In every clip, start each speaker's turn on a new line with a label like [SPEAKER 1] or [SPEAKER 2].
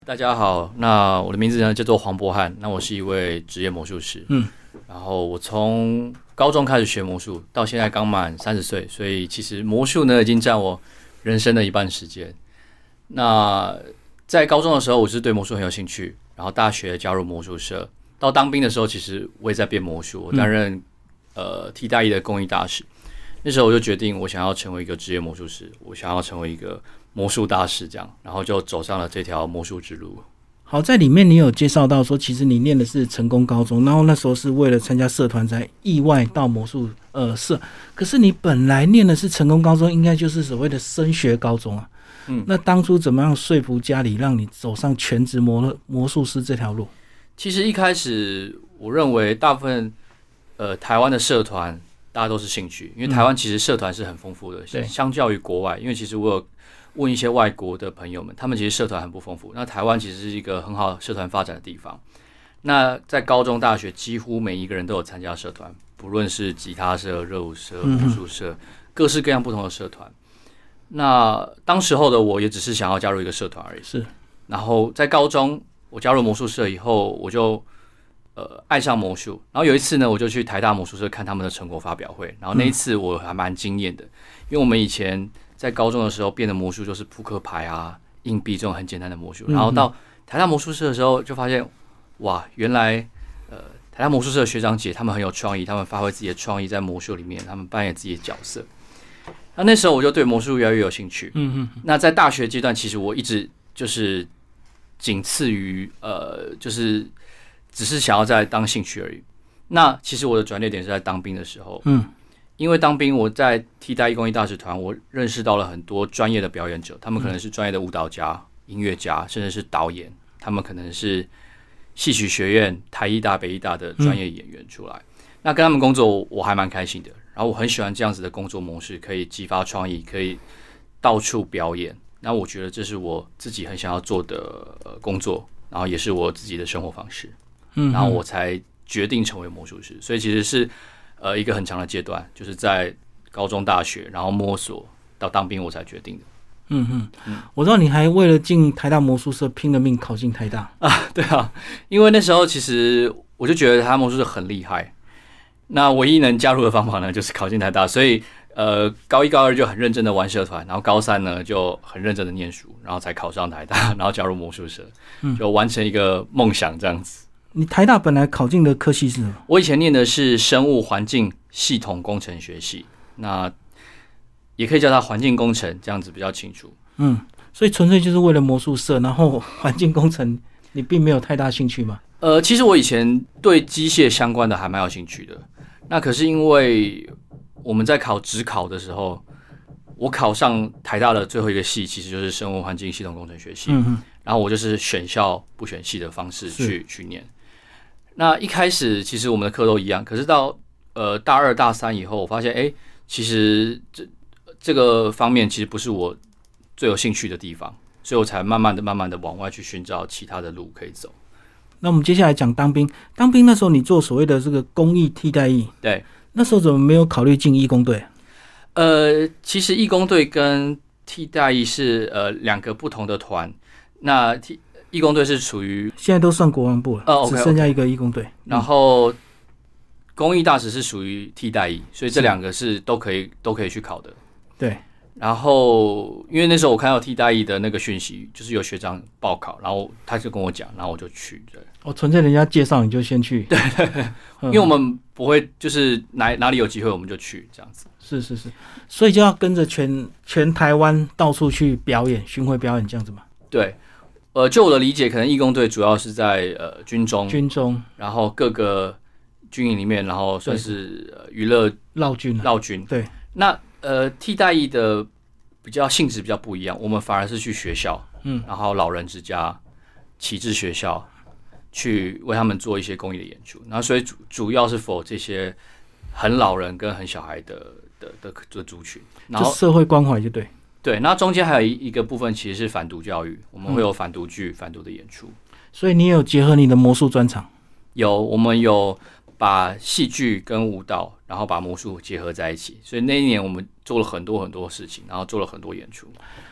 [SPEAKER 1] 大家好，那我的名字呢叫做黄博翰，那我是一位职业魔术师。然后我从高中开始学魔术，到现在刚满30岁，所以其实魔术呢已经占我人生的一半时间。那在高中的时候，我是对魔术很有兴趣，然后大学加入魔术社，到当兵的时候，其实我也在变魔术，我担任替代役的公益大使。那时候我就决定，我想要成为一个职业魔术师，我想要成为一个魔术大师，这样，然后就走上了这条魔术之路。
[SPEAKER 2] 好，在里面你有介绍到说，其实你念的是成功高中，然后那时候是为了参加社团才意外到魔术社。可是你本来念的是成功高中，应该就是所谓的升学高中啊。那当初怎么样说服家里，让你走上全职魔术师这条路？
[SPEAKER 1] 其实一开始我认为大部分台湾的社团大家都是兴趣，因为台湾其实社团是很丰富的，相较于国外，因为其实我有问一些外国的朋友们，他们其实社团很不丰富。那台湾其实是一个很好社团发展的地方。那在高中、大学，几乎每一个人都有参加社团，不论是吉他社、热舞社、魔术社，各式各样不同的社团。那当时候的我也只是想要加入一个社团而已。
[SPEAKER 2] 是。
[SPEAKER 1] 然后在高中，我加入魔术社以后，我就爱上魔术。然后有一次呢，我就去台大魔术社看他们的成果发表会。然后那一次我还蛮惊艳的，因为我们以前在高中的时候变的魔术就是扑克牌啊、硬币这种很简单的魔术，然后到台大魔术社的时候就发现，哇，原来台大魔术社的学长姐他们很有创意，他们发挥自己的创意在魔术里面，他们扮演自己的角色。那时候我就对魔术越来越有兴趣。那在大学阶段，其实我一直就是仅次于就是只是想要再当兴趣而已。那其实我的转捩点是在当兵的时候。因为当兵，我在替代役公益大使团，我认识到了很多专业的表演者，他们可能是专业的舞蹈家、音乐家，甚至是导演，他们可能是戏曲学院、台艺大、北艺大的专业演员出来。那跟他们工作，我还蛮开心的。然后我很喜欢这样子的工作模式，可以激发创意，可以到处表演。那我觉得这是我自己很想要做的工作，然后也是我自己的生活方式。然后我才决定成为魔术师。所以其实是一个很长的阶段，就是在高中、大学，然后摸索到当兵，我才决定的。
[SPEAKER 2] 我知道你还为了进台大魔术社拼了命考进台大
[SPEAKER 1] 啊，对啊，因为那时候其实我就觉得台大魔术社很厉害，那唯一能加入的方法呢，就是考进台大，所以高一、高二就很认真的玩社团，然后高3呢就很认真的念书，然后才考上台大，然后加入魔术社，就完成一个梦想这样子。
[SPEAKER 2] 你台大本来考进的科系是什么？
[SPEAKER 1] 我以前念的是生物环境系统工程学系，那也可以叫它环境工程，这样子比较清楚。
[SPEAKER 2] 所以纯粹就是为了魔术社，然后环境工程你并没有太大兴趣吗？
[SPEAKER 1] 其实我以前对机械相关的还蛮有兴趣的，那可是因为我们在考指考的时候，我考上台大的最后一个系其实就是生物环境系统工程学系，然后我就是选校不选系的方式去念。那一开始其实我们的课都一样，可是到大2、大3以后，我发现其实这个方面其实不是我最有兴趣的地方，所以我才慢慢的往外去寻找其他的路可以走。
[SPEAKER 2] 那我们接下来讲当兵。当兵那时候你做所谓的这个公益替代役，
[SPEAKER 1] 对，
[SPEAKER 2] 那时候怎么没有考虑进义工队？
[SPEAKER 1] 其实义工队跟替代役是2个不同的团。那义工队是属于
[SPEAKER 2] 现在都算国防部了，只剩下一个义工队。
[SPEAKER 1] 然后公益大使是属于替代役，所以这2个是都可以去考的。
[SPEAKER 2] 对。
[SPEAKER 1] 然后因为那时候我看到替代役的那个讯息，就是有学长报考，然后他就跟我讲，然后我就去。对，
[SPEAKER 2] 纯粹人家介绍你就先去。
[SPEAKER 1] 对，因为我们不会就是哪里有机会我们就去这样子。
[SPEAKER 2] 是，所以就要跟着全台湾到处去表演，巡回表演这样子嘛。
[SPEAKER 1] 对。就我的理解，可能义工队主要是在军中，然后各个军营里面，然后算是娱乐
[SPEAKER 2] 绕军。对，
[SPEAKER 1] 那替代役的性质比较不一样，我们反而是去学校，然后老人之家、启智学校去为他们做一些公益的演出，然后所以主要是 for 这些很老人跟很小孩的族群，然后
[SPEAKER 2] 就社会关怀就对。
[SPEAKER 1] 对，那中间还有一个部分其实是反毒教育，我们会有反毒剧、反毒的演出。
[SPEAKER 2] 所以你也有结合你的魔术专长？
[SPEAKER 1] 我们有把戏剧跟舞蹈，然后把魔术结合在一起。所以那一年我们做了很多事情，然后做了很多演出。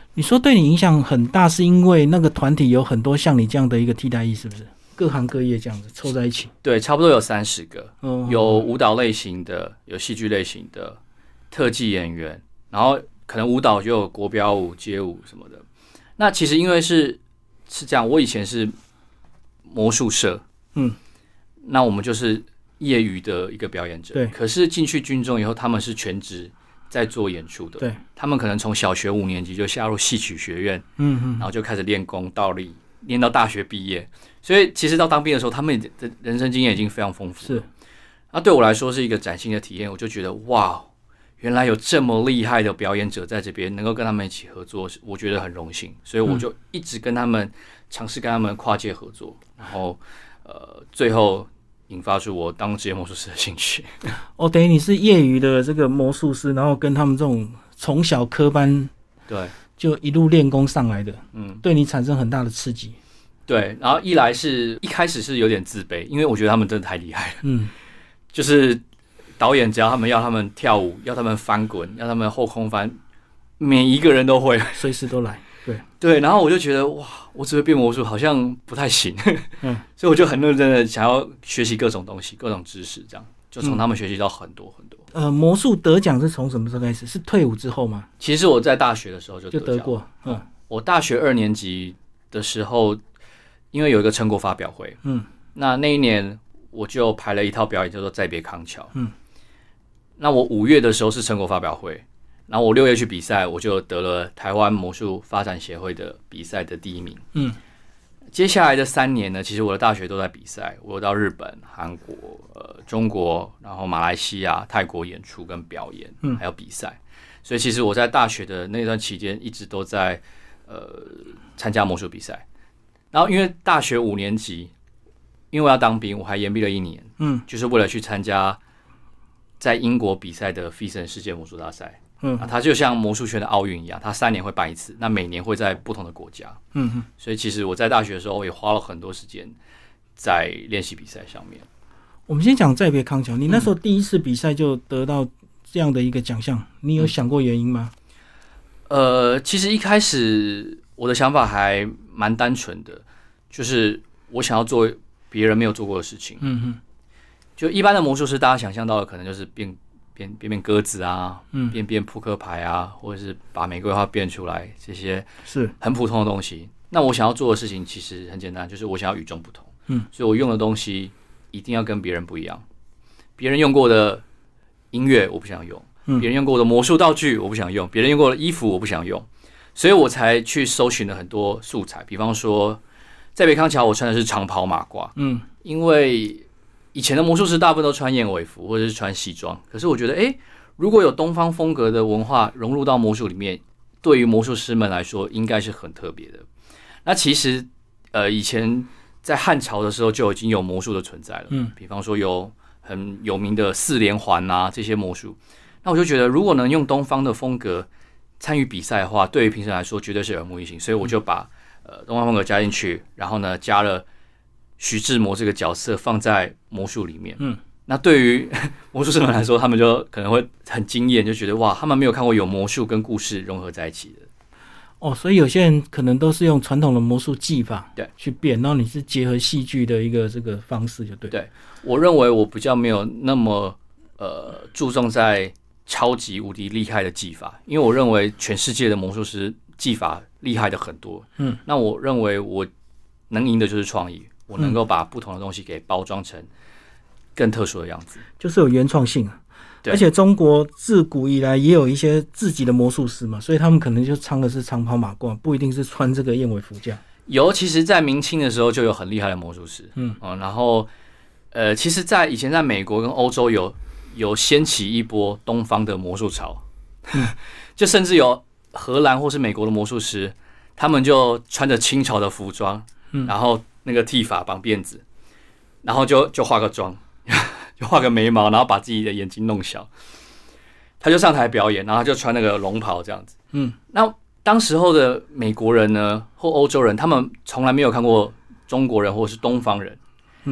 [SPEAKER 2] 你说对你影响很大，是因为那个团体有很多像你这样的一个替代役，是不是？各行各业这样子凑在一起？
[SPEAKER 1] 对，差不多有30个，
[SPEAKER 2] 哦，
[SPEAKER 1] 有舞蹈类型的，有戏剧类型的，特技演员，然后可能舞蹈就有国标舞、街舞什么的。那其实因为是这样，我以前是魔术社，那我们就是业余的一个表演者。
[SPEAKER 2] 对。
[SPEAKER 1] 可是进去军中以后，他们是全职在做演出的。
[SPEAKER 2] 对。
[SPEAKER 1] 他们可能从小学5年级就下入戏曲学院，然后就开始练功倒立，练到大学毕业。所以其实到当兵的时候，他们的人生经验已经非常丰富了。是。那对我来说是一个崭新的体验，我就觉得哇，原来有这么厉害的表演者在这边，能够跟他们一起合作，我觉得很荣幸。所以我就一直跟他们尝试跟他们跨界合作，然后最后引发出我当职业魔术师的兴趣。
[SPEAKER 2] 哦，等于你是业余的这个魔术师，然后跟他们这种从小科班，
[SPEAKER 1] 对，
[SPEAKER 2] 就一路练功上来的，对你产生很大的刺激。
[SPEAKER 1] 对，然后一开始是有点自卑，因为我觉得他们真的太厉害了，就是导演只要他们要他们跳舞，要他们翻滚，要他们后空翻，每一个人都会，
[SPEAKER 2] 随时都来。
[SPEAKER 1] 对，然后我就觉得哇，我只会变魔术好像不太行，所以我就很认真的想要学习各种东西、各种知识，这样就从他们学习到很多很多。
[SPEAKER 2] 魔术得奖是从什么时候开始？是退伍之后吗？
[SPEAKER 1] 其实我在大学的时候就
[SPEAKER 2] 得过。
[SPEAKER 1] 我大学2年级的时候，因为有一个成果发表会，那一年我就排了一套表演叫做《再别康桥》。那我5月的时候是成果发表会，然后我6月去比赛，我就得了台湾魔术发展协会的比赛的第1名。接下来的3年呢，其实我的大学都在比赛，我有到日本、韩国、中国，然后马来西亚、泰国演出跟表演，还有比赛。所以其实我在大学的那段期间一直都在参加魔术比赛。然后因为大学5年级，因为我要当兵，我还延毕了1年，就是为了去参加在英国比赛的费城世界魔术大赛。它就像魔术圈的奥运一样，它3年会办一次，那每年会在不同的国家。所以其实我在大学的时候也花了很多时间在练习比赛上面。
[SPEAKER 2] 我们先讲再别康桥，你那时候第一次比赛就得到这样的一个奖项，你有想过原因吗？
[SPEAKER 1] 其实一开始我的想法还蛮单纯的，就是我想要做别人没有做过的事情。就一般的魔术师，大家想象到的可能就是变鸽子啊，变扑克牌啊，或者是把玫瑰花变出来，这些是很普通的东西。那我想要做的事情其实很简单，就是我想要与众不同。所以我用的东西一定要跟别人不一样。别人用过的音乐我不想用，别人用过的魔术道具我不想用，别人用过的衣服我不想用，所以我才去搜寻了很多素材。比方说，在北康桥我穿的是长袍马褂，因为以前的魔术师大部分都穿燕尾服或者是穿西装，可是我觉得，如果有东方风格的文化融入到魔术里面，对于魔术师们来说应该是很特别的。那其实，以前在汉朝的时候就已经有魔术的存在了，比方说有很有名的4连环啊这些魔术。那我就觉得，如果能用东方的风格参与比赛的话，对于评审来说绝对是耳目一新，所以我就把东方风格加进去，然后呢加了徐志摩这个角色放在魔术里面。那对于魔术师们来说，他们就可能会很惊艳，就觉得哇，他们没有看过有魔术跟故事融合在一起的。
[SPEAKER 2] 所以有些人可能都是用传统的魔术技法
[SPEAKER 1] 对
[SPEAKER 2] 去变，然后你是结合戏剧的一个这个方式，就对。
[SPEAKER 1] 对，我认为我比较没有那么注重在超级无敌厉害的技法，因为我认为全世界的魔术师技法厉害的很多。那我认为我能赢的就是创意，我能够把不同的东西给包装成更特殊的样子，
[SPEAKER 2] 就是有原创性啊。而且中国自古以来也有一些自己的魔术师嘛，所以他们可能就穿的是长袍马褂，不一定是穿这个燕尾服这样。
[SPEAKER 1] 其实在明清的时候就有很厉害的魔术师，然后其实在以前在美国跟欧洲有掀起一波东方的魔术潮，就甚至有荷兰或是美国的魔术师，他们就穿着清朝的服装，然后那个剃发绑辫子，然后就化个妆。就画个眉毛，然后把自己的眼睛弄小，他就上台表演，然后他就穿那个龙袍这样子。那当时候的美国人呢，或欧洲人，他们从来没有看过中国人或是东方人。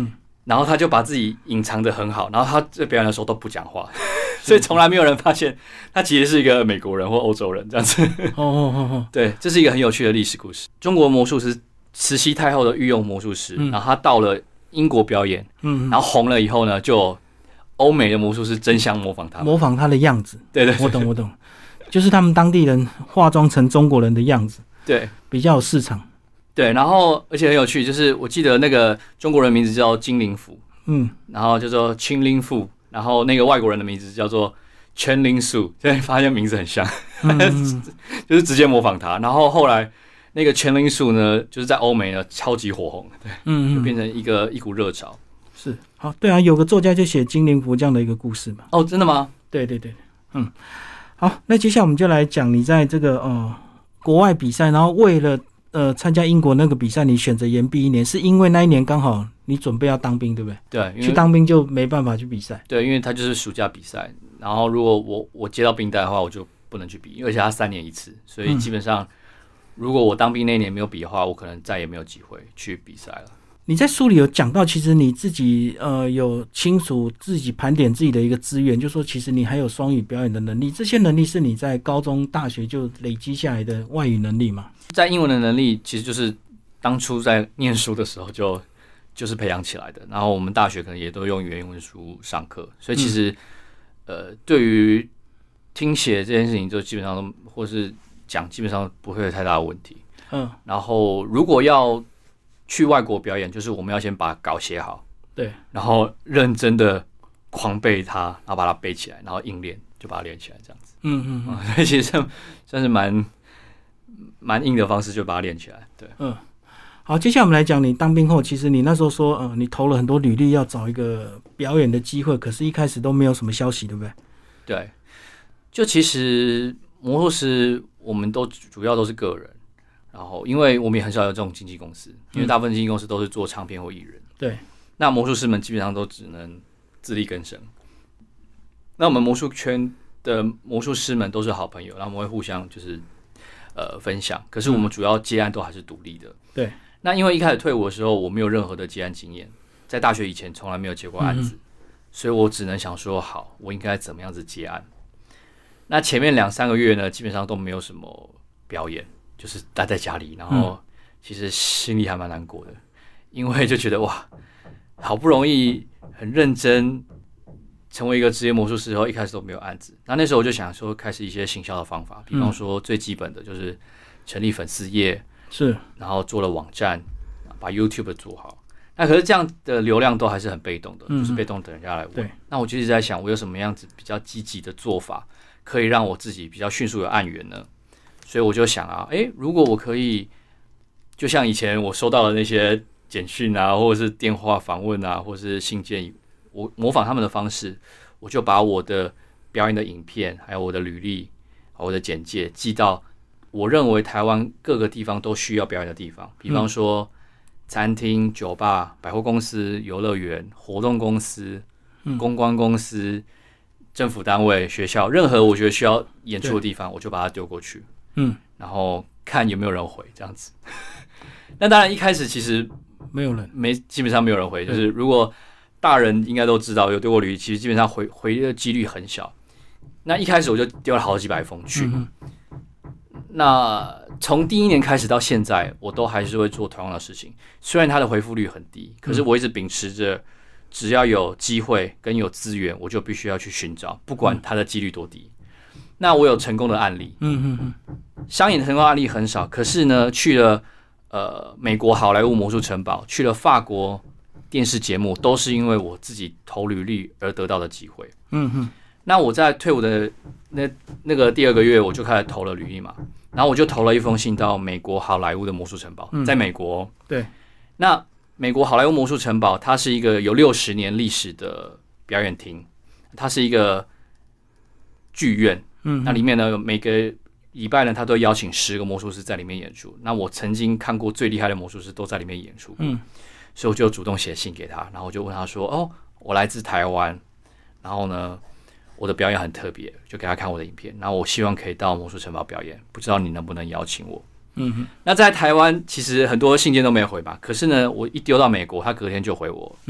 [SPEAKER 1] 然后他就把自己隐藏得很好，然后他在表演的时候都不讲话，所以从来没有人发现他其实是一个美国人或欧洲人这样子。对，这是一个很有趣的历史故事。中国魔术师慈禧太后的御用魔术师，然后他到了英国表演，然后红了以后呢，就欧美的魔术师争相模仿他
[SPEAKER 2] 的样子。
[SPEAKER 1] 对，
[SPEAKER 2] 我懂，就是他们当地人化妆成中国人的样子，
[SPEAKER 1] 对，
[SPEAKER 2] 比较有市场。
[SPEAKER 1] 对，然后而且很有趣，就是我记得那个中国人名字叫金灵甫，然后叫做清灵富，然后那个外国人的名字叫做全灵素，所以发现名字很像，就是直接模仿他。然后后来那个全灵素呢，就是在欧美呢超级火红，对，就变成一股热潮。
[SPEAKER 2] 是，好，对啊，有个作家就写金灵甫这样的一个故事嘛。
[SPEAKER 1] 哦，真的吗？
[SPEAKER 2] 对，好，那接下来我们就来讲你在这个国外比赛，然后为了参加英国那个比赛，你选择延毕1年，是因为那一年刚好你准备要当兵，对不对？
[SPEAKER 1] 对，
[SPEAKER 2] 去当兵就没办法去比赛。
[SPEAKER 1] 对，因为他就是暑假比赛，然后如果我接到兵单的话，我就不能去比，而且他3年一次，所以基本上如果我当兵那一年没有比的话，我可能再也没有机会去比赛了。
[SPEAKER 2] 你在书里有讲到，其实你自己有清楚自己盘点自己的一个资源，就说其实你还有双语表演的能力，这些能力是你在高中、大学就累积下来的外语能力吗？
[SPEAKER 1] 在英文的能力其实就是当初在念书的时候就是培养起来的，然后我们大学可能也都用原文书上课，所以其实对于听写这件事情就基本上都或是讲基本上不会有太大的问题。然后如果要去外国表演，就是我们要先把稿写好，对，然后认真的狂背它，然后把它背起来，然后硬练，就把它练起来，这样子。所以其实算是蛮硬的方式，就把它练起来。对，
[SPEAKER 2] 好，接下来我们来讲你当兵后，其实你那时候说，你投了很多履历要找一个表演的机会，可是一开始都没有什么消息，对不对？
[SPEAKER 1] 对，就其实魔术师我们都主要都是个人。然后，因为我们也很少有这种经纪公司，因为大部分经纪公司都是做唱片或艺人。对，那魔术师们基本上都只能自力更生。那我们魔术圈的魔术师们都是好朋友，然后我们会互相就是分享。可是我们主要接案都还是独立的。对，那因为一开始退伍的时候，我没有任何的接案经验，在大学以前从来没有接过案子，所以我只能想说，好，我应该怎么样子接案？那前面2-3个月呢，基本上都没有什么表演。就是待在家里，然后其实心里还蛮难过的，因为就觉得哇，好不容易很认真成为一个职业魔术师后，一开始都没有案子。那时候我就想说，开始一些行销的方法，比方说最基本的就是成立粉丝页，然后做了网站，把 YouTube 做好。那可是这样的流量都还是很被动的，就是被动等人家来问。那我就一直在想，我有什么样子比较积极的做法，可以让我自己比较迅速有案源呢？所以我就想啊，如果我可以，就像以前我收到的那些简讯啊，或者是电话访问啊，或者是信件，我模仿他们的方式，我就把我的表演的影片，还有我的履历、我的简介寄到我认为台湾各个地方都需要表演的地方，比方说餐厅、酒吧、百货公司、游乐园、活动公司、公关公司、政府单位、学校，任何我觉得需要演出的地方，我就把它丢过去。然后看有没有人回这样子。那当然一开始其实
[SPEAKER 2] 没有人，
[SPEAKER 1] 基本上没有人回。就是如果大人应该都知道有丢过履历，其实基本上回的几率很小。那一开始我就丢了好几百封去。那从第1年开始到现在，我都还是会做同样的事情。虽然它的回复率很低，可是我一直秉持着，只要有机会跟有资源，我就必须要去寻找，不管它的几率多低。那我有成功的案例，商演的成功案例很少，可是呢，去了美国好莱坞魔术城堡，去了法国电视节目，都是因为我自己投履历而得到的机会。那我在退伍的那个第2个月，我就开始投了履历嘛，然后我就投了一封信到美国好莱坞的魔术城堡，在美国。对，那美国好莱坞魔术城堡，它是一个有60年历史的表演厅，它是一个剧院。那里面呢，每个礼拜呢，他都邀请10个魔术师在里面演出。那我曾经看过最厉害的魔术师都在里面演出，所以我就主动写信给他，然后我就问他说：“哦，我来自台湾，然后呢，我的表演很特别，就给他看我的影片，然后我希望可以到魔术城堡表演，不知道你能不能邀请我？”那在台湾其实很多信件都没有回吧，可是呢，我一丢到美国，他隔天就回我，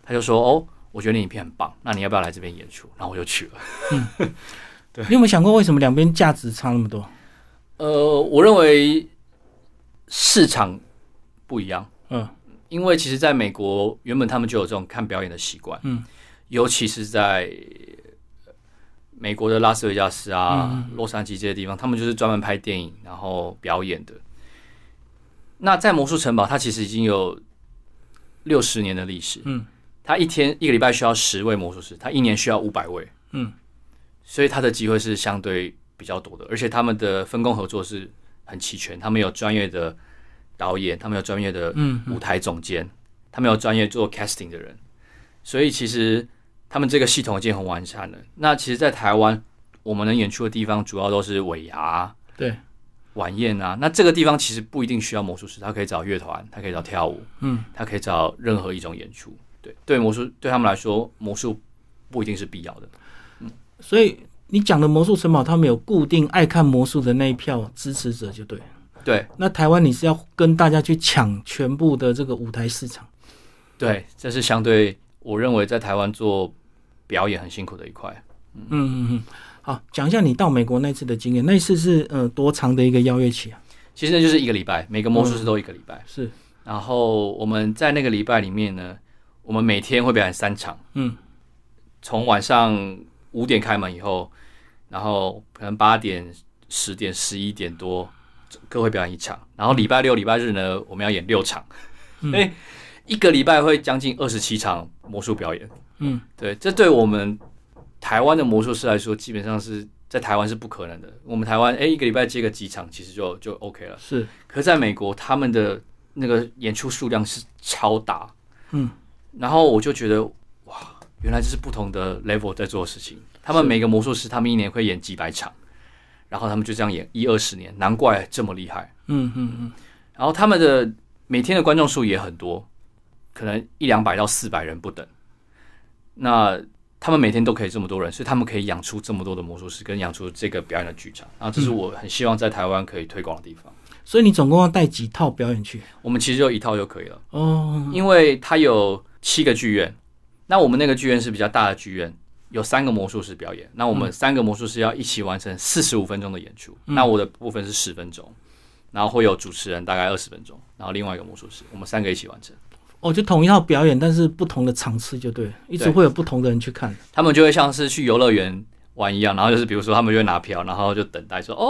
[SPEAKER 1] 他就说哦，我觉得你影片很棒，那你要不要来这边演出？然后我就去了。
[SPEAKER 2] 对，你有没有想过为什么两边价值差那么多？
[SPEAKER 1] 我认为市场不一样。因为其实在美国原本他们就有这种看表演的习惯，尤其是在美国的拉斯维加斯啊、洛杉矶这些地方，他们就是专门拍电影然后表演的。那在魔术城堡，它其实已经有60年的历史，它一个礼拜需要10位魔术师，它一年需要500位，所以它的机会是相对比较多的，而且他们的分工合作是很齐全，他们有专业的导演，他们有专业的舞台总监，他们有专业做 casting 的人，所以其实他们这个系统已经很完善了。那其实，在台湾，我们能演出的地方主要都是尾牙、
[SPEAKER 2] 对，
[SPEAKER 1] 晚宴啊。那这个地方其实不一定需要魔术师，他可以找乐团，他可以找跳舞，他可以找任何一种演出。对魔术对他们来说，魔术不一定是必要的。
[SPEAKER 2] 所以你讲的魔术城堡，他们有固定爱看魔术的那一票支持者，就对了。
[SPEAKER 1] 对，
[SPEAKER 2] 那台湾你是要跟大家去抢全部的这个舞台市场。
[SPEAKER 1] 对，这是相对我认为在台湾做表演很辛苦的一块。
[SPEAKER 2] 好，讲一下你到美国那次的经验。那次是多长的一个邀约期啊？
[SPEAKER 1] 其实那就是1个礼拜，每个魔术师都1个礼拜。
[SPEAKER 2] 是。
[SPEAKER 1] 然后我们在那个礼拜里面呢，我们每天会表演3场。从晚上5点开门以后，然后可能8点、10点、11点多各会表演1场。然后礼拜六、礼拜日呢，我们要演6场。1个礼拜会将近27场魔术表演。对，这对我们台湾的魔术师来说，基本上是在台湾是不可能的。我们台湾1个礼拜接个几场，其实就 OK 了。
[SPEAKER 2] 是，
[SPEAKER 1] 可是在美国，他们的那个演出数量是超大。然后我就觉得哇，原来这是不同的 level 在做的事情。他们每个魔术师，他们一年会演几百场，然后他们就这样演10-20年，难怪这么厉害。然后他们的每天的观众数也很多，可能100-200到400人不等。那他们每天都可以这么多人，所以他们可以养出这么多的魔术师，跟养出这个表演的剧场。然后这是我很希望在台湾可以推广的地方。
[SPEAKER 2] 所以你总共要带几套表演去？
[SPEAKER 1] 我们其实就1套就可以了。因为它有7个剧院，那我们那个剧院是比较大的剧院，有3个魔术师表演。那我们3个魔术师要一起完成45分钟的演出。那我的部分是10分钟，然后会有主持人大概20分钟，然后另外一个魔术师，我们3个一起完成。
[SPEAKER 2] 就同一套表演，但是不同的场次就对了，一直会有不同的人去看。
[SPEAKER 1] 他们就会像是去游乐园玩一样，然后就是比如说他们就会拿票，然后就等待说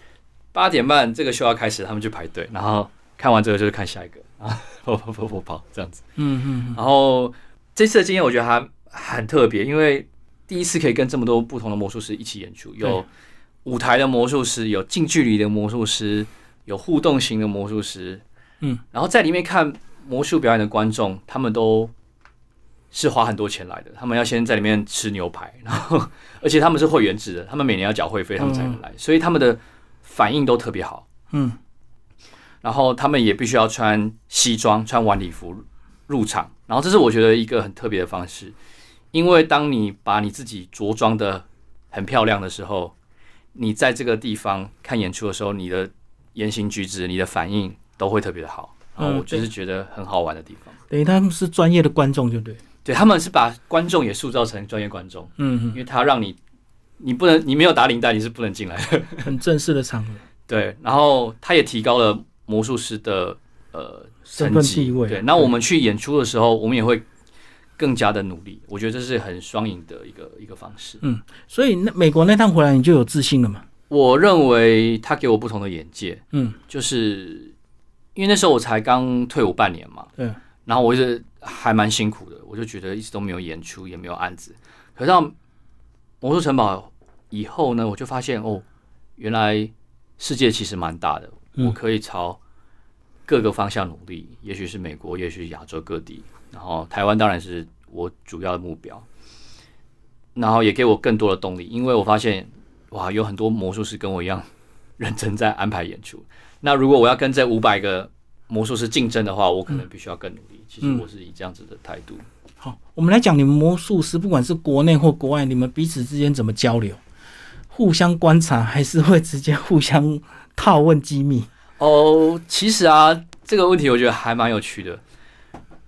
[SPEAKER 1] 8点半这个秀要开始，他们去排队，然后看完这个就是看下一个，然后跑这样子。然后这次的经验我觉得还很特别，因为第一次可以跟这么多不同的魔术师一起演出，有舞台的魔术师，有近距离的魔术师，有互动型的魔术师。然后在里面看魔术表演的观众，他们都是花很多钱来的，他们要先在里面吃牛排，然后而且他们是会员制的，他们每年要缴会费，他们才能来，所以他们的反应都特别好。然后他们也必须要穿西装、穿晚礼服入场，然后这是我觉得一个很特别的方式，因为当你把你自己着装的很漂亮的时候，你在这个地方看演出的时候，你的言行举止、你的反应都会特别的好。然后我就是觉得很好玩的地方。
[SPEAKER 2] 等于他们是专业的观众，就对。
[SPEAKER 1] 对，他们是把观众也塑造成专业观众。因为他让你不能，你没有打领带，你是不能进来的。
[SPEAKER 2] 很正式的场合。
[SPEAKER 1] 对，然后他也提高了魔术师的
[SPEAKER 2] 身份地位。
[SPEAKER 1] 对，那我们去演出的时候，我们也会更加的努力。我觉得这是很双赢的一个方式。
[SPEAKER 2] 所以美国那趟回来，你就有自信了嘛？
[SPEAKER 1] 我认为他给我不同的眼界。就是因为那时候我才刚退伍半年嘛。
[SPEAKER 2] 对。
[SPEAKER 1] 然后我一直还蛮辛苦的，我就觉得一直都没有演出，也没有案子。可是到魔术城堡以后呢，我就发现原来世界其实蛮大的，我可以朝各个方向努力，也许是美国，也许是亚洲各地，然后台湾当然是我主要的目标。然后也给我更多的动力，因为我发现有很多魔术师跟我一样认真在安排演出。那如果我要跟这500个魔术师竞争的话，我可能必须要更努力。其实我是以这样子的态度。
[SPEAKER 2] 好，我们来讲你们魔术师，不管是国内或国外，你们彼此之间怎么交流？互相观察，还是会直接互相拷问机密？
[SPEAKER 1] 其实这个问题我觉得还蛮有趣的。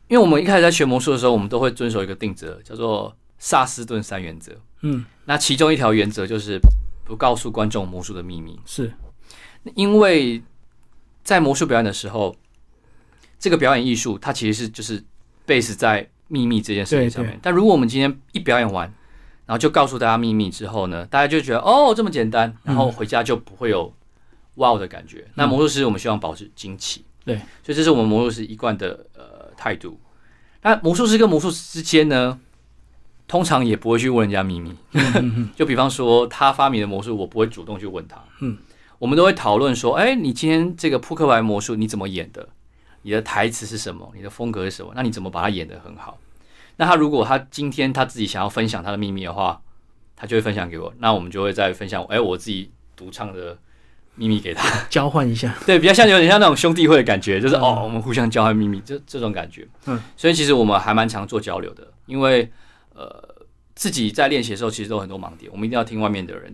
[SPEAKER 1] 因为我们一开始在学魔术的时候，我们都会遵守一个定则，叫做萨斯顿3原则。那其中一条原则就是不告诉观众魔术的秘密。
[SPEAKER 2] 是，
[SPEAKER 1] 因为在魔术表演的时候，这个表演艺术它其实是就是 base 在秘密这件事情上面。但如果我们今天一表演完，然后就告诉大家秘密之后呢，大家就觉得哦这么简单，然后回家就不会有wow 的感觉。那魔术师我们希望保持惊奇，
[SPEAKER 2] 对，
[SPEAKER 1] 所以这是我们魔术师一贯的态度。那魔术师跟魔术师之间呢，通常也不会去问人家秘密。就比方说他发明的魔术，我不会主动去问他。我们都会讨论说，你今天这个扑克牌魔术你怎么演的？你的台词是什么？你的风格是什么？那你怎么把它演得很好？那他如果他今天他自己想要分享他的秘密的话，他就会分享给我。那我们就会再分享，我自己独唱的秘密给他，
[SPEAKER 2] 交换一下。
[SPEAKER 1] 对，比较像有点像那种兄弟会的感觉，就是我们互相交换秘密，这种感觉。所以其实我们还蛮常做交流的，因为自己在练习的时候其实都有很多盲点，我们一定要听外面的人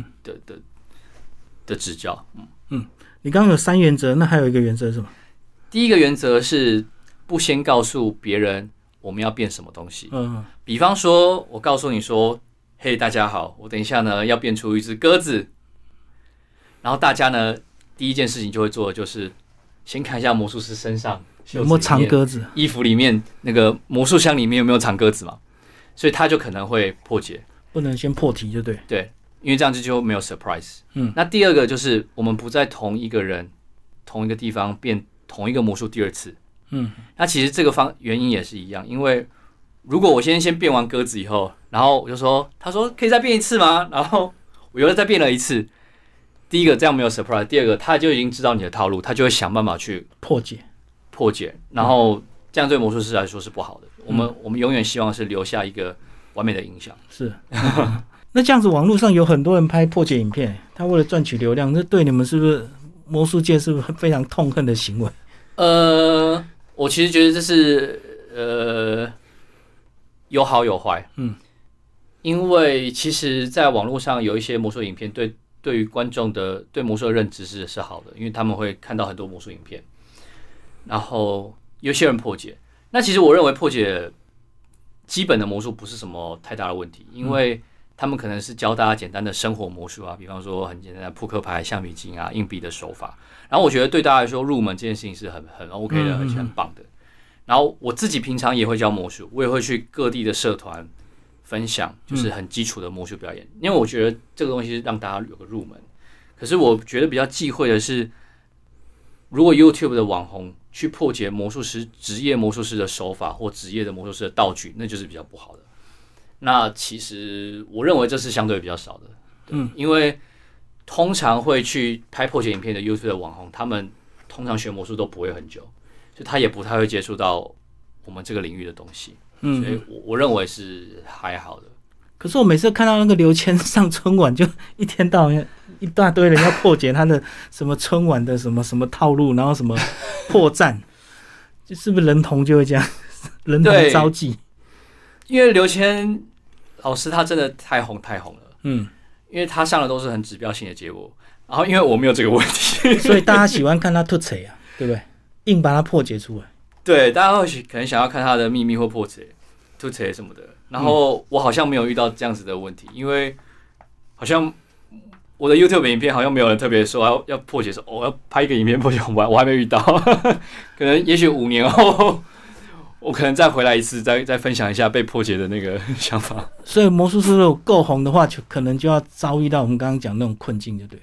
[SPEAKER 1] 的指教。
[SPEAKER 2] 你刚刚有3原则，那还有一个原则是什么？
[SPEAKER 1] 第一个原则是不先告诉别人我们要变什么东西。比方说我告诉你说，嘿，大家好，我等一下呢要变出一只鸽子，然后大家呢第一件事情就会做的就是先看一下魔术师身上
[SPEAKER 2] 有没有藏鸽子，
[SPEAKER 1] 衣服里面那个魔术箱里面有没有藏鸽子嘛，所以他就可能会破解，
[SPEAKER 2] 不能先破题就对。
[SPEAKER 1] 对，因为这样就没有 surprise。那第二个就是我们不在同一个人同一个地方变同一个魔术第二次。那其实这个原因也是一样，因为如果我先变完鸽子以后，然后我就说，他说可以再变一次吗？然后我又再变了一次。第一个这样没有 surprise， 第二个他就已经知道你的套路，他就会想办法去破解，然后这样对魔术师来说是不好的。我们永远希望是留下一个完美的影响。
[SPEAKER 2] 是。那这样子网络上有很多人拍破解影片，他为了赚取流量，那对你们是不是魔术界是不是非常痛恨的行为？
[SPEAKER 1] 我其实觉得这是有好有坏。因为其实在网络上有一些魔术影片对于观众的对魔术的认知是好的，因为他们会看到很多魔术影片，然后有些人破解。那其实我认为破解基本的魔术不是什么太大的问题，因为他们可能是教大家简单的生活魔术啊，比方说很简单的扑克牌、橡皮筋啊、硬币的手法。然后我觉得对大家来说入门这件事情是很 OK 的，而且很棒的。然后我自己平常也会教魔术，我也会去各地的社团分享，就是很基础的魔术表演，因为我觉得这个东西是让大家有个入门。可是我觉得比较忌讳的是，如果 YouTube 的网红去破解魔术师职业魔术师的手法或职业的魔术师的道具，那就是比较不好的。那其实我认为这是相对比较少的，因为通常会去拍破解影片的 YouTube 的网红，他们通常学魔术都不会很久，所以他也不太会接触到我们这个领域的东西。所以我认为是还好的。
[SPEAKER 2] 可是我每次看到那个刘谦上春晚，就一天到晚一大堆人要破解他的什么春晚的什么什么套路，然后什么破绽，是不是人童就会这样，人童招妓？
[SPEAKER 1] 因为刘谦老师他真的太红了，因为他上的都是很指标性的结果，然后因为我没有这个问题，
[SPEAKER 2] 所以大家喜欢看他突锤啊，对不对？硬把它破解出来。对，
[SPEAKER 1] 大家会可能想要看他的秘密或破解、突锤什么的。然后我好像没有遇到这样子的问题，因为好像我的 YouTube 影片好像没有人特别说要破解，说要拍一个影片破解，我还没遇到。可能也许5年后，我可能再回来一次，再分享一下被破解的那个想法。
[SPEAKER 2] 所以魔术师如果够红的话，可能就要遭遇到我们刚刚讲那种困境，就对。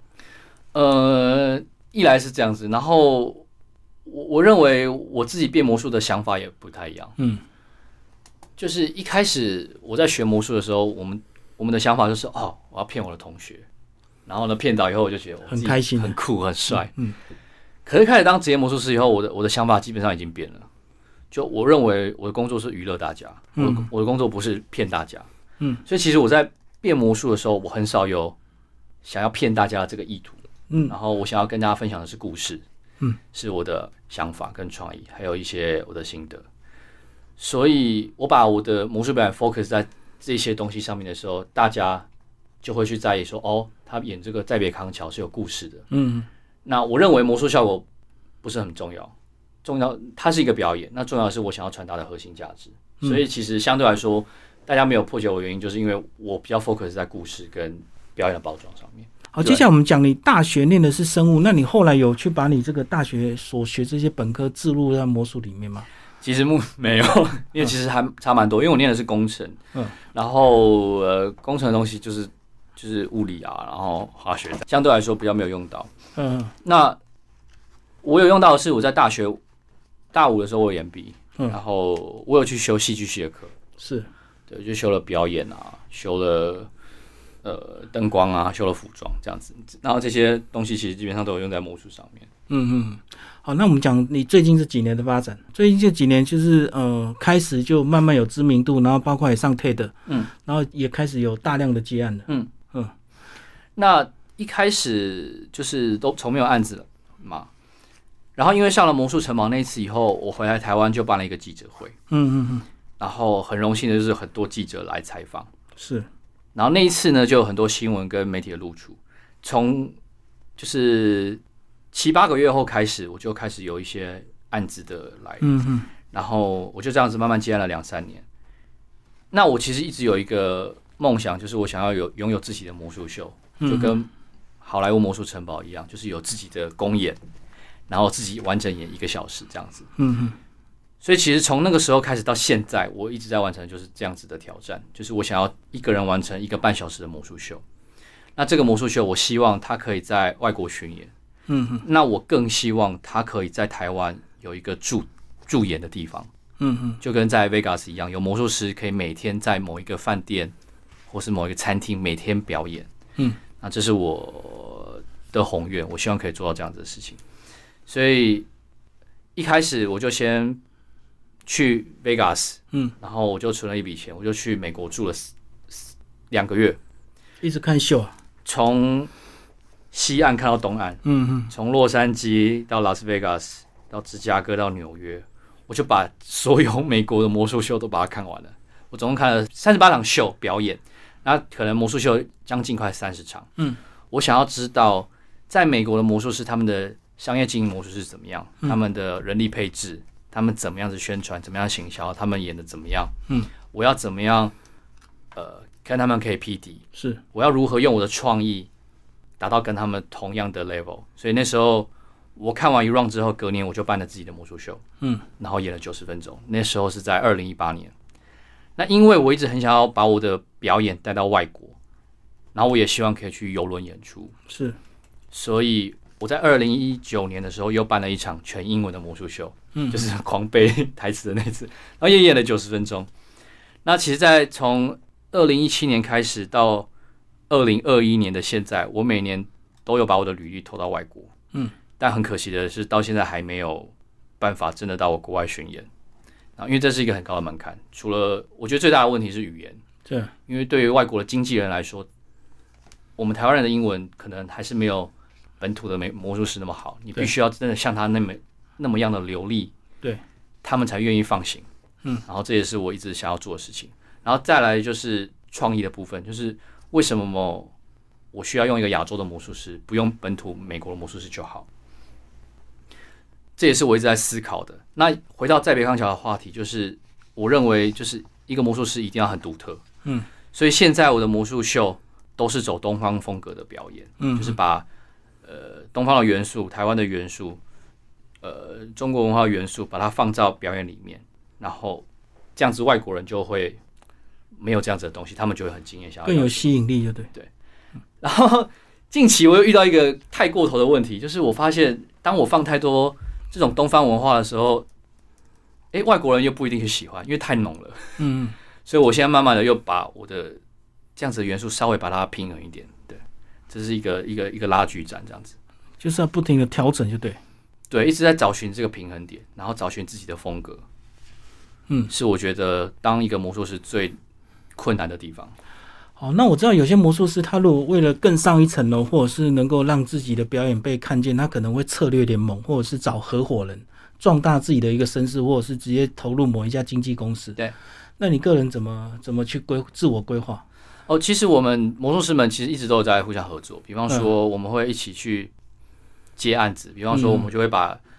[SPEAKER 1] 一来是这样子，然后我认为我自己变魔术的想法也不太一样。就是一开始我在学魔术的时候，我们的想法就是我要骗我的同学，然后呢骗到以后我就觉得我
[SPEAKER 2] 很开心、
[SPEAKER 1] 很酷、很帅。可是开始当职业魔术师以后，我的想法基本上已经变了。就我认为我的工作是娱乐大家，我的工作不是骗大家。所以其实我在变魔术的时候，我很少有想要骗大家的这个意图。然后我想要跟大家分享的是故事，是我的想法跟创意，还有一些我的心得。所以我把我的魔术表演 focus 在这些东西上面的时候，大家就会去在意说，他演这个再别康桥是有故事的。那我认为魔术效果不是很重要， 重要，它是一个表演，那重要的是我想要传达的核心价值。所以其实相对来说，大家没有破解我的原因，就是因为我比较 focus 在故事跟表演的包装上面。
[SPEAKER 2] 好，接下来我们讲你大学念的是生物，那你后来有去把你这个大学所学这些本科置入在魔术里面吗？
[SPEAKER 1] 其实没有，因为其实还差蛮多，因为我念的是工程，然后工程的东西就是物理啊，然后化学，相对来说比较没有用到。那我有用到的是我在大学大5的时候我有延毕，然后我有去修戏剧系的课，
[SPEAKER 2] 是
[SPEAKER 1] 对，就修了表演啊，修了灯光啊，修了服装这样子，然后这些东西其实基本上都有用在魔术上面。
[SPEAKER 2] 好，那我们讲你最近这几年的发展。最近这几年就是开始就慢慢有知名度，然后包括也上 TED，然后也开始有大量的接案了。
[SPEAKER 1] 那一开始就是都从没有案子了嘛，然后因为上了魔术城堡那一次以后，我回来台湾就办了一个记者会，然后很荣幸的就是很多记者来采访，
[SPEAKER 2] 是，
[SPEAKER 1] 然后那一次呢就有很多新闻跟媒体的露出，从就是7、8个月后开始，我就开始有一些案子的来，然后我就这样子慢慢接案了2、3年。那我其实一直有一个梦想，就是我想要拥有自己的魔术秀，就跟好莱坞魔术城堡一样，就是有自己的公演，然后自己完整演1个小时这样子。所以其实从那个时候开始到现在，我一直在完成就是这样子的挑战，就是我想要一个人完成1个半小时的魔术秀。那这个魔术秀，我希望它可以在外国巡演。那我更希望它可以在台湾有一个驻演的地方。就跟在 Vegas 一样，有魔术师可以每天在某一个饭店或是某一个餐厅每天表演。那这是我的宏愿，我希望可以做到这样子的事情。所以一开始我就先去 Vegas，然后我就存了一笔钱，我就去美国住了2个月，
[SPEAKER 2] 一直看秀啊，
[SPEAKER 1] 从西岸看到东岸，从洛杉矶到拉斯维加斯，到芝加哥到纽约，我就把所有美国的魔术秀都把它看完了。我总共看了38场秀表演，那可能魔术秀将近快30场。我想要知道在美国的魔术师他们的商业经营模式是怎么样，他们的人力配置，他们怎么样子宣传，怎么样行销，他们演的怎么样，我要怎么样跟他们可以匹敌，
[SPEAKER 2] 是
[SPEAKER 1] 我要如何用我的创意达到跟他们同样的 level。 所以那时候我看完一 round 之后，隔年我就办了自己的魔术秀，然后演了90分钟。那时候是在2018年。那因为我一直很想要把我的表演带到外国，然后我也希望可以去邮轮演出，
[SPEAKER 2] 是，
[SPEAKER 1] 所以我在2019年的时候又办了一场全英文的魔术秀，就是狂背台词的那次，然后也演了90分钟。那其实在从2017年开始到2021年的现在，我每年都有把我的履历投到外国，但很可惜的是到现在还没有办法真的到我国外巡演，然后因为这是一个很高的门槛，除了我觉得最大的问题是语言，
[SPEAKER 2] 对，
[SPEAKER 1] 因为对于外国的经纪人来说，我们台湾人的英文可能还是没有本土的魔术师那么好，你必须要真的像他那么样的流利，
[SPEAKER 2] 对，
[SPEAKER 1] 他们才愿意放行。然后这也是我一直想要做的事情。然后再来就是创意的部分，就是为什么我需要用一个亚洲的魔术师，不用本土美国的魔术师就好？这也是我一直在思考的。那回到再别康桥的话题，就是我认为就是一个魔术师一定要很独特，所以现在我的魔术秀都是走东方风格的表演，就是把东方的元素、台湾的元素、中国文化元素，把它放到表演里面，然后这样子外国人就会没有这样子的东西，他们就会很惊艳，想要
[SPEAKER 2] 更有吸引力，对。
[SPEAKER 1] 然后近期我又遇到一个太过头的问题，就是我发现当我放太多这种东方文化的时候，外国人又不一定喜欢，因为太浓了。所以我现在慢慢的又把我的这样子的元素稍微把它平衡一点，对，这是一个拉锯战，这样子，
[SPEAKER 2] 就是要不停的调整，就对，
[SPEAKER 1] 一直在找寻这个平衡点，然后找寻自己的风格，是我觉得当一个魔术师最困难的地方。
[SPEAKER 2] 好，那我知道有些魔术师，他如果为了更上一层楼，或者是能够让自己的表演被看见，他可能会策略联盟，或者是找合伙人，壮大自己的一个声势，或者是直接投入某一家经纪公司。
[SPEAKER 1] 对，
[SPEAKER 2] 那你个人怎么去自我规划？
[SPEAKER 1] 其实我们魔术师们其实一直都有在互相合作，比方说我们会一起去接案子，比方说我们就会把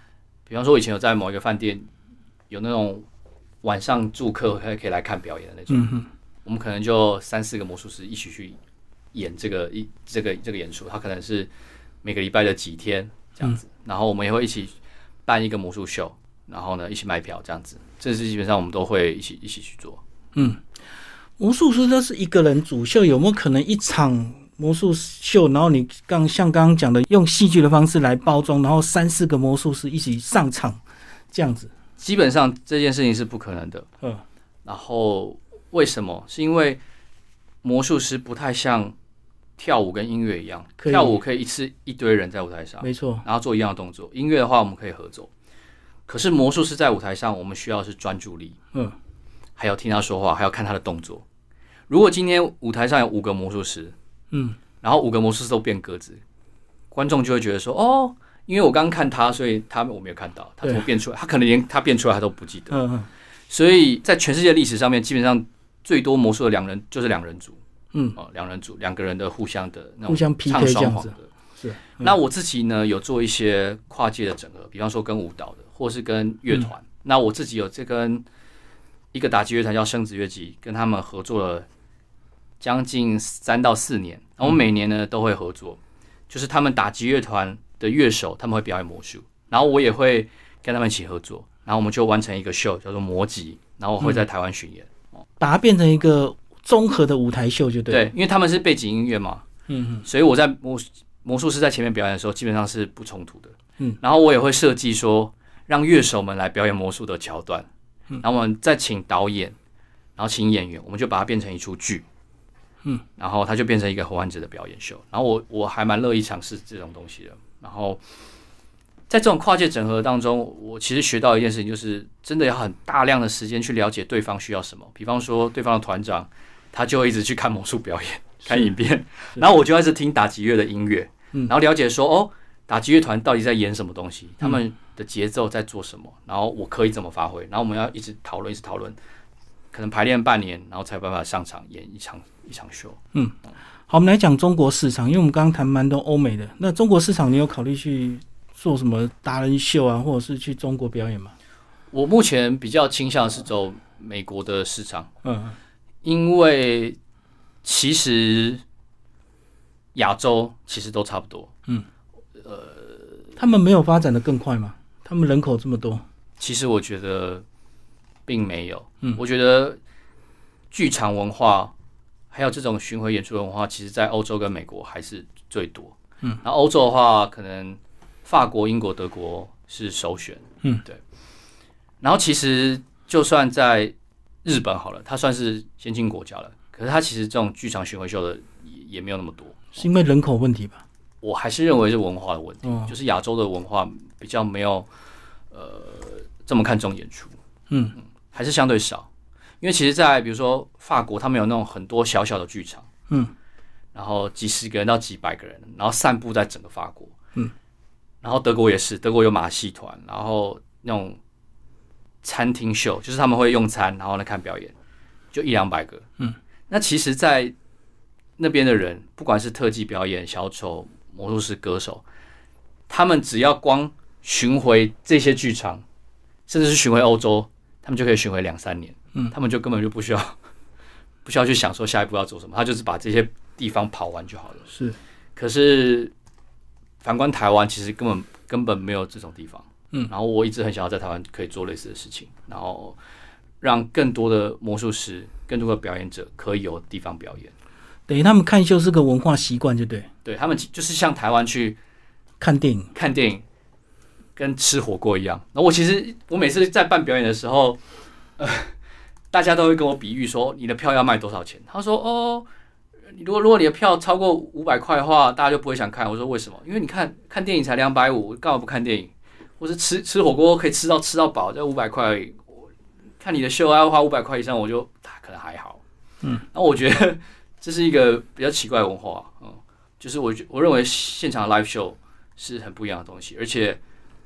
[SPEAKER 1] 比方说，我以前有在某一个饭店有那种晚上住客可以来看表演的那种，我们可能就3-4个魔术师一起去演这个演出，他可能是每个礼拜的几天这样子，然后我们也会一起办一个魔术秀，然后呢一起卖票这样子，这是基本上我们都会一起去做。
[SPEAKER 2] 魔术师都是一个人主秀，有没有可能一场魔术秀，然后你像刚刚讲的，用戏剧的方式来包装，然后3-4个魔术师一起上场这样子？
[SPEAKER 1] 基本上这件事情是不可能的。然后为什么？是因为魔术师不太像跳舞跟音乐一样，跳舞可以一次一堆人在舞台上，
[SPEAKER 2] 没错，
[SPEAKER 1] 然后做一样的动作。音乐的话，我们可以合作。可是魔术师在舞台上，我们需要的是专注力，还有听他说话，还要看他的动作。如果今天舞台上有5个魔术师，然后5个魔术师都变鸽子，观众就会觉得说，哦，因为我刚刚看他，所以我没有看到他怎么变出来，他可能连他变出来他都不记得。所以在全世界历史上面，基本上最多魔术的2人就是2人组，2人组2个人的互相的那种
[SPEAKER 2] 互相 PK 这样子。是。
[SPEAKER 1] 那我自己呢有做一些跨界的整合，比方说跟舞蹈的，或是跟乐团。那我自己有跟一个打击乐团叫生子乐集，跟他们合作了将近3到4年。然后每年呢都会合作，就是他们打击乐团的乐手他们会表演魔术，然后我也会跟他们一起合作，然后我们就完成一个秀叫做魔集，然后我会在台湾巡演，
[SPEAKER 2] 把它变成一个综合的舞台秀就对了。
[SPEAKER 1] 对，因为他们是背景音乐嘛，所以我在魔术师在前面表演的时候基本上是不冲突的。然后我也会设计说让乐手们来表演魔术的桥段，然后我们再请导演，然后请演员，我们就把它变成一出剧。然后它就变成一个合欢子的表演秀，然后我还蛮乐意尝试这种东西的。然后在这种跨界整合当中，我其实学到一件事情，就是真的要很大量的时间去了解对方需要什么。比方说对方的团长，他就会一直去看魔术表演，看影片，然后我就一直听打击乐的音乐，然后了解说打击乐团到底在演什么东西，他们的节奏在做什么，然后我可以怎么发挥，然后我们要一直讨论，可能排练半年，然后才有办法上场演一场秀。
[SPEAKER 2] 好，我们来讲中国市场，因为我们刚刚谈蛮多欧美的，那中国市场你有考虑去做什么达人秀啊，或者是去中国表演吗？
[SPEAKER 1] 我目前比较倾向是走美国的市场，因为其实亚洲其实都差不多，
[SPEAKER 2] 他们没有发展的更快吗？他们人口这么多，
[SPEAKER 1] 其实我觉得并没有，我觉得剧场文化还有这种巡回演出文化，其实在欧洲跟美国还是最多。然后欧洲的话，可能法国、英国、德国是首选。对。然后其实就算在日本好了，它算是先进国家了，可是它其实这种剧场巡回秀的也没有那么多，
[SPEAKER 2] 是因为人口问题吧？
[SPEAKER 1] 我还是认为是文化的问题，就是亚洲的文化比较没有这么看重演出，还是相对少。因为其实在比如说法国，他们有那种很多小小的剧场，然后几十个人到几百个人，然后散布在整个法国，然后德国也是，德国有马戏团，然后那种餐厅秀，就是他们会用餐，然后来看表演，就100-200个，那其实，在那边的人，不管是特技表演、小丑、魔术师、歌手，他们只要光巡回这些剧场，甚至是巡回欧洲，他们就可以巡回2-3年。他们就根本就不需要去想说下一步要做什么，他就是把这些地方跑完就好了。
[SPEAKER 2] 是，
[SPEAKER 1] 可是反观台湾，其实根本没有这种地方。然后我一直很想要在台湾可以做类似的事情，然后让更多的魔术师、更多的表演者可以有地方表演。
[SPEAKER 2] 等于他们看秀是个文化习惯，就对。
[SPEAKER 1] 对，他们就是像台湾去
[SPEAKER 2] 看电影，跟吃火锅一样。然后我每次在办表演的时候，大家都会跟我比喻说，你的票要卖多少钱？他说如果你的票超过500块的话，大家就不会想看。我说为什么？因为你看电影才250，干嘛不看电影？或是吃火锅可以吃到饱，在500块而已。看你的秀要花500块以上，我就可能还好。那我觉得这是一个比较奇怪的文化。就是我认为现场的 live show 是很不一样的东西，而且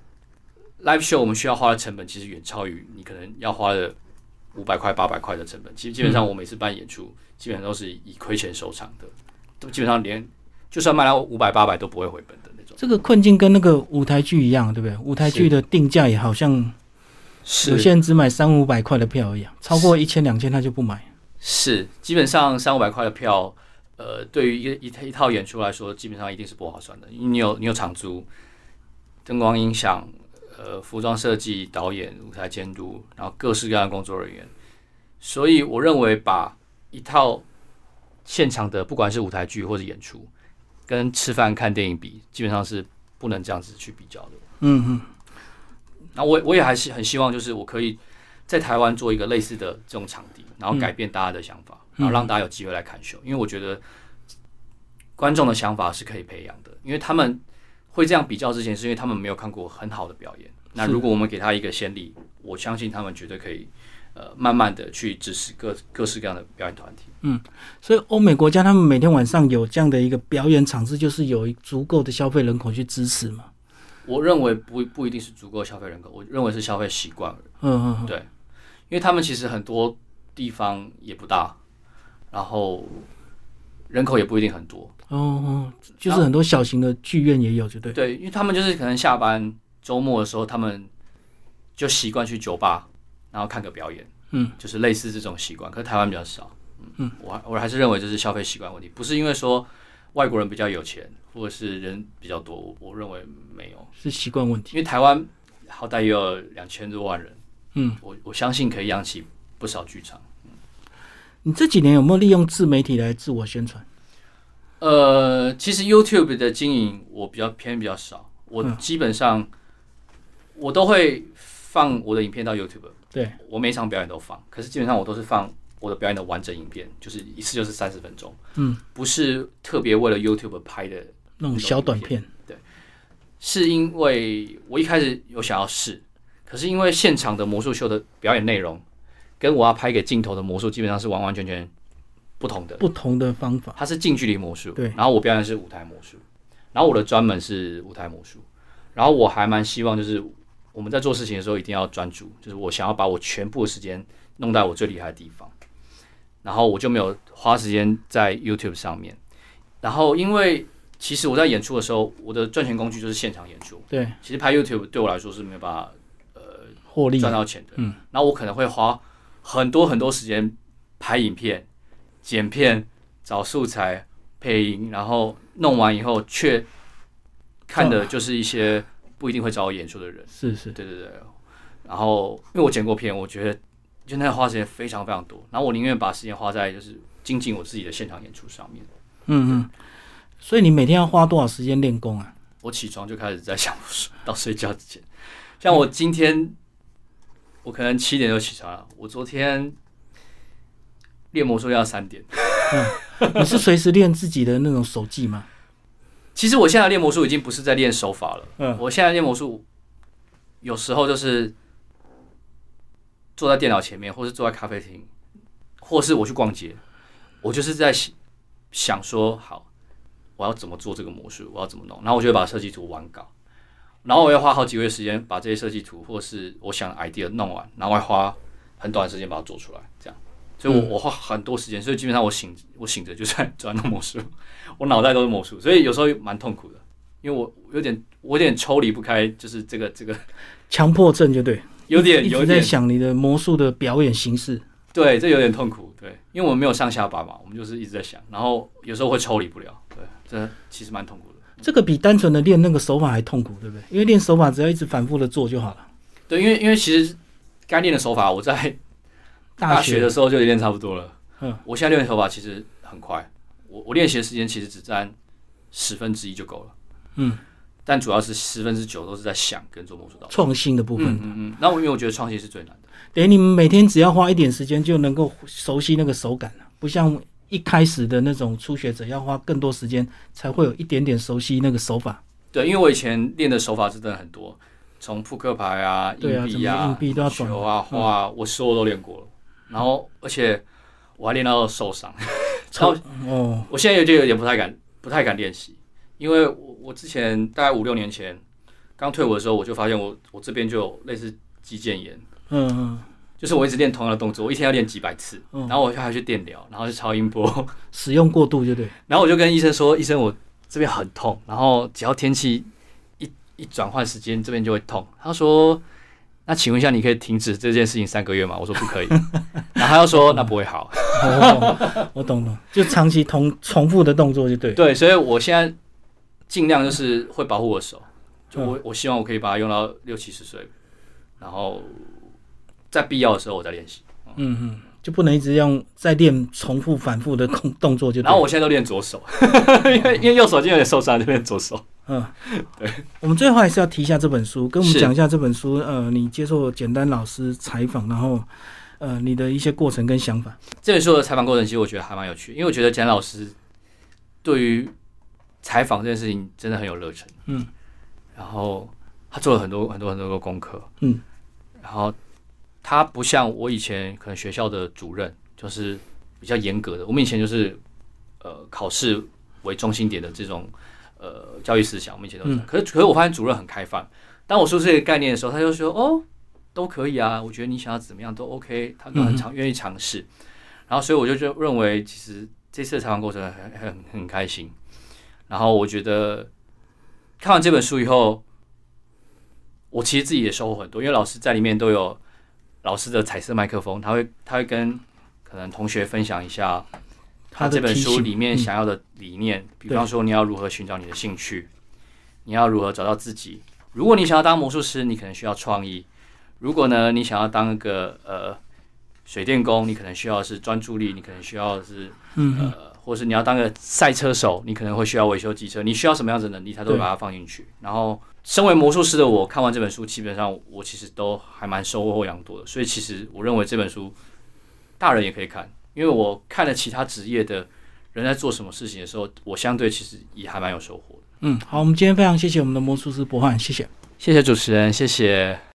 [SPEAKER 2] live show 我们需要花的成本其实远超于你可能要花的500块、800块的成本。其实基本上我每次办演出，基本上都是以亏钱收场的，都基本上就算卖到500、800都不会回本的那种。
[SPEAKER 1] 种。
[SPEAKER 2] 这个困境跟那个舞台剧一样，对不对？舞台剧的定价也好像
[SPEAKER 1] 是
[SPEAKER 2] 有些人只买300-500块的票而已，超过1000-2000他就不买。
[SPEAKER 1] 是，基本上300-500块的票，对于一套演出来说，基本上一定是不划算的，因为你有场租、灯光音响、服装设计、导演、舞台监督，然后各式各样的工作人员，所以我认为把一套现场的不管是舞台剧或者演出，跟吃饭看电影比，基本上是不能这样子去比较的。
[SPEAKER 2] 嗯嗯。
[SPEAKER 1] 那我也还是很希望，就是我可以在台湾做一个类似的这种场地，然后改变大家的想法，然后让大家有机会来看秀。因为我觉得观众的想法是可以培养的，因为他们会这样比较之前，是因为他们没有看过很好的表演。那如果我们给他一个先例，我相信他们绝对可以慢慢的去支持各式各样的表演团体。
[SPEAKER 2] 所以欧美国家他们每天晚上有这样的一个表演场次，就是有足够的消费人口去支持嘛。
[SPEAKER 1] 我认为不一定是足够消费人口，我认为是消费习惯。对，因为他们其实很多地方也不大，然后人口也不一定很多。
[SPEAKER 2] 就是很多小型的剧院也有，就对。
[SPEAKER 1] 对，因为他们就是可能下班周末的时候，他们就习惯去酒吧，然后看个表演。就是类似这种习惯，可是台湾比较少。我还是认为这是消费习惯问题，不是因为说外国人比较有钱，或者是人比较多，我认为没有，
[SPEAKER 2] 是习惯问题。
[SPEAKER 1] 因为台湾好歹也有2000多万人，我相信可以养起不少剧场。
[SPEAKER 2] 你这几年有没有利用自媒体来自我宣传？
[SPEAKER 1] 其实 YouTube 的经营我比较少，我基本上我都会放我的影片到 YouTube，
[SPEAKER 2] 对，
[SPEAKER 1] 我每场表演都放，可是基本上我都是放我的表演的完整影片，就是一次就是30分钟，不是特别为了 YouTube 拍的
[SPEAKER 2] 那种小短片。
[SPEAKER 1] 对，是因为我一开始有想要试，可是因为现场的魔术秀的表演内容跟我要拍给镜头的魔术基本上是完完全全不同的方法。它是近距离魔术，
[SPEAKER 2] 对，
[SPEAKER 1] 然后我表演的是舞台魔术，然后我的专门是舞台魔术，然后我还蛮希望就是我们在做事情的时候一定要专注，就是我想要把我全部的时间弄在我最厉害的地方，然后我就没有花时间在 YouTube 上面。然后因为其实我在演出的时候，我的赚钱工具就是现场演出。
[SPEAKER 2] 对，
[SPEAKER 1] 其实拍 YouTube 对我来说是没有办法
[SPEAKER 2] 获利
[SPEAKER 1] 赚到钱的。然后我可能会花很多时间拍影片、剪片、找素材、配音，然后弄完以后却看的就是一些不一定会找我演出的人。
[SPEAKER 2] 是，
[SPEAKER 1] 对。然后因为我剪过片，我觉得就那花时间非常非常多，然后我宁愿把时间花在就是精进我自己的现场演出上面。
[SPEAKER 2] 所以你每天要花多少时间练功啊？
[SPEAKER 1] 我起床就开始在想到睡觉之前，像我今天我可能7点就起床了，我昨天练魔术要3点。
[SPEAKER 2] 你是随时练自己的那种手技吗？
[SPEAKER 1] 其实我现在练魔术已经不是在练手法了。我现在练魔术有时候就是坐在电脑前面，或是坐在咖啡厅，或是我去逛街，我就是在想说好我要怎么做这个魔术，我要怎么弄，然后我就会把设计图完稿，然后我要花好几个月时间把这些设计图或是我想的 idea 弄完，然后我会花很短的时间把它做出来，这样。所以我花很多时间，所以基本上我醒着就在弄魔术，我脑袋都是魔术，所以有时候蛮痛苦的，因为我有点抽离不开，就是这个
[SPEAKER 2] 强迫症就对，
[SPEAKER 1] 有点
[SPEAKER 2] 一直在想你的魔术的表演形式。
[SPEAKER 1] 对，这有点痛苦，对，因为我们没有上下班嘛，我们就是一直在想，然后有时候会抽离不了，对，这其实蛮痛苦的。
[SPEAKER 2] 这个比单纯的练那个手法还痛苦，对不对？因为练手法只要一直反复的做就好了。
[SPEAKER 1] 对，因为其实该练的手法我在大学的时候就练差不多了。我现在练的手法其实很快，我练习的时间其实只占1/10就够了。但主要是9/10都是在想跟做魔术道具
[SPEAKER 2] 创新的部分。
[SPEAKER 1] 那因为我觉得创新是最难的。
[SPEAKER 2] 等于你们每天只要花一点时间就能够熟悉那个手感了，不像一开始的那种初学者要花更多时间才会有一点点熟悉那个手法。
[SPEAKER 1] 对，因为我以前练的手法真的很多，从扑克牌啊、硬币啊、
[SPEAKER 2] 硬币都要
[SPEAKER 1] 球啊、花啊，我所有都练过了。然后而且我还练到受伤，我现在就有点不太敢练习，因为我之前大概5-6年前刚退伍的时候，我就发现我这边就有类似肌腱炎。就是我一直练同样的动作，我一天要练几百次，然后我还去电疗，然后去超音波，
[SPEAKER 2] 使用过度就对。
[SPEAKER 1] 然后我就跟医生说，医生这边很痛，然后只要天气一转换时间，这边就会痛。他说，那请问一下，你可以停止这件事情3个月吗？我说不可以。然后他又说，那不会好。
[SPEAKER 2] 我懂了，就长期重复的动作就对。
[SPEAKER 1] 对，所以我现在尽量就是会保护我的手，就我希望我可以把它用到60-70岁，然后在必要的时候我再练习。
[SPEAKER 2] 就不能一直在练重复反复的动作就对。
[SPEAKER 1] 然后我现在都练左手，因为右手已经有点受伤，就练左手。
[SPEAKER 2] 对。我们最后还是要提一下这本书，跟我们讲一下这本书。你接受简单老师采访，然后你的一些过程跟想法。
[SPEAKER 1] 这本书的采访过程其实我觉得还蛮有趣，因为我觉得简单老师对于采访这件事情真的很有热忱。然后他做了很多的功课。然后他不像我以前可能学校的主任，就是比较严格的。我们以前就是考试为中心点的这种教育思想，我们以前都是。可是我发现主任很开放。当我说这个概念的时候，他就说哦都可以啊，我觉得你想要怎么样都 OK， 他都愿意尝试。然后所以我就认为其实这次的采访过程很开心。然后我觉得看完这本书以后，我其实自己也收获很多，因为老师在里面都有老师的彩色麦克风，他会跟可能同学分享一下他这本书里面想要的理念，比方说你要如何寻找你的兴趣，你要如何找到自己。如果你想要当魔术师，你可能需要创意；如果呢你想要当一个水电工，你可能需要的是专注力，你可能需要的是或是你要当个赛车手，你可能会需要维修机车，你需要什么样子的能力，他都会把它放进去。然后，身为魔术师的我，看完这本书，基本上我其实都还蛮收获良多的。所以，其实我认为这本书大人也可以看，因为我看了其他职业的人在做什么事情的时候，我相对其实也还蛮有收获的。
[SPEAKER 2] 好，我们今天非常谢谢我们的魔术师博翰，谢谢，
[SPEAKER 1] 谢谢主持人，谢谢。